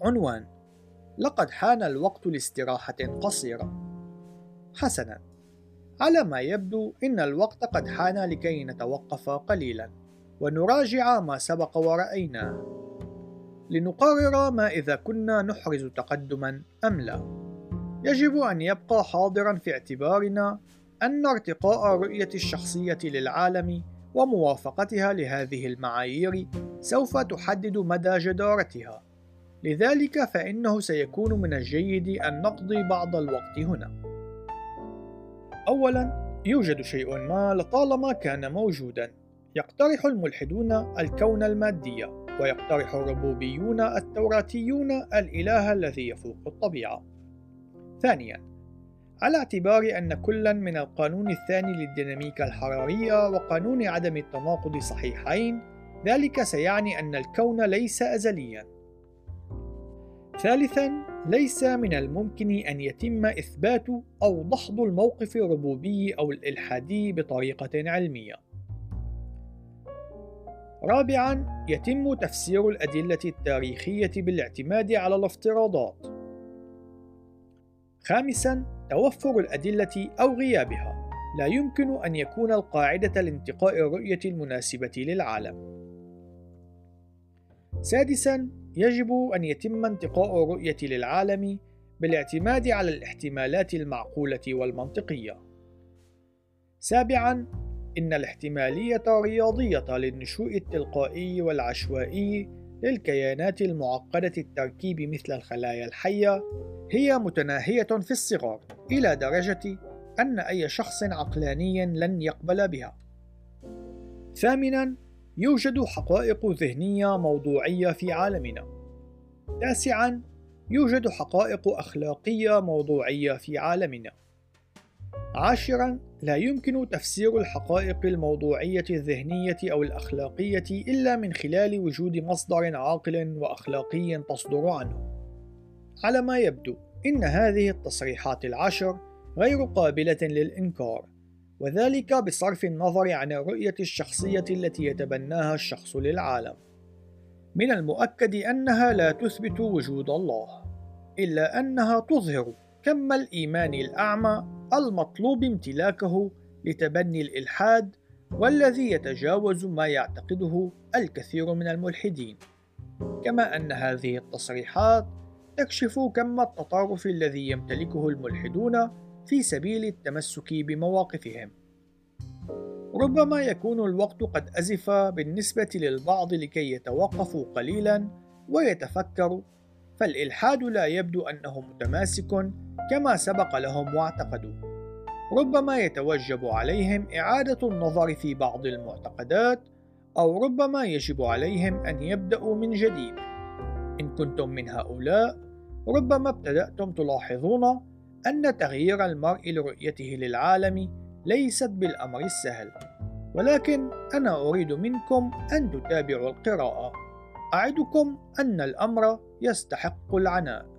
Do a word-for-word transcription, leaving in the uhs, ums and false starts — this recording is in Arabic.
عنوان: لقد حان الوقت لاستراحة قصيرة. حسناً، على ما يبدو إن الوقت قد حان لكي نتوقف قليلاً ونراجع ما سبق ورأيناه، لنقرر ما إذا كنا نحرز تقدماً أم لا. يجب أن يبقى حاضراً في اعتبارنا أن ارتقاء رؤية الشخصية للعالم وموافقتها لهذه المعايير سوف تحدد مدى جدارتها. لذلك فإنه سيكون من الجيد أن نقضي بعض الوقت هنا. أولاً، يوجد شيء ما لطالما كان موجوداً. يقترح الملحدون الكون المادي، ويقترح الربوبيون التوراتيون الإله الذي يفوق الطبيعة. ثانياً، على اعتبار أن كلاً من القانون الثاني للديناميكا الحرارية وقانون عدم التناقض صحيحين، ذلك سيعني أن الكون ليس أزلياً. ثالثاً، ليس من الممكن أن يتم إثبات أو دحض الموقف الربوبي أو الإلحادي بطريقة علمية. رابعاً، يتم تفسير الأدلة التاريخية بالاعتماد على الافتراضات. خامساً، توفر الأدلة أو غيابها لا يمكن أن يكون القاعدة لانتقاء الرؤية المناسبة للعالم. سادساً، يجب أن يتم انتقاء الرؤية للعالم بالاعتماد على الاحتمالات المعقولة والمنطقية. سابعاً، إن الاحتمالية الرياضية للنشوء التلقائي والعشوائي للكيانات المعقدة التركيب مثل الخلايا الحية هي متناهية في الصغر إلى درجة أن أي شخص عقلاني لن يقبل بها. ثامناً، يوجد حقائق ذهنية موضوعية في عالمنا. تاسعاً، يوجد حقائق أخلاقية موضوعية في عالمنا. عاشراً، لا يمكن تفسير الحقائق الموضوعية الذهنية أو الأخلاقية إلا من خلال وجود مصدر عاقل وأخلاقي تصدر عنه. على ما يبدو إن هذه التصريحات العشر غير قابلة للإنكار، وذلك بصرف النظر عن الرؤية الشخصية التي يتبناها الشخص للعالم. من المؤكد أنها لا تثبت وجود الله، إلا أنها تظهر كم الإيمان الأعمى المطلوب امتلاكه لتبني الإلحاد، والذي يتجاوز ما يعتقده الكثير من الملحدين. كما أن هذه التصريحات تكشف كم التطرف الذي يمتلكه الملحدون في سبيل التمسك بمواقفهم. ربما يكون الوقت قد أزف بالنسبة للبعض لكي يتوقفوا قليلاً ويتفكروا، فالإلحاد لا يبدو أنه متماسك كما سبق لهم واعتقدوا. ربما يتوجب عليهم إعادة النظر في بعض المعتقدات، أو ربما يجب عليهم أن يبدأوا من جديد. إن كنتم من هؤلاء، ربما ابتدأتم تلاحظون أن تغيير المرء لرؤيته للعالم ليست بالأمر السهل، ولكن أنا أريد منكم أن تتابعوا القراءة. أعدكم أن الأمر يستحق العناء.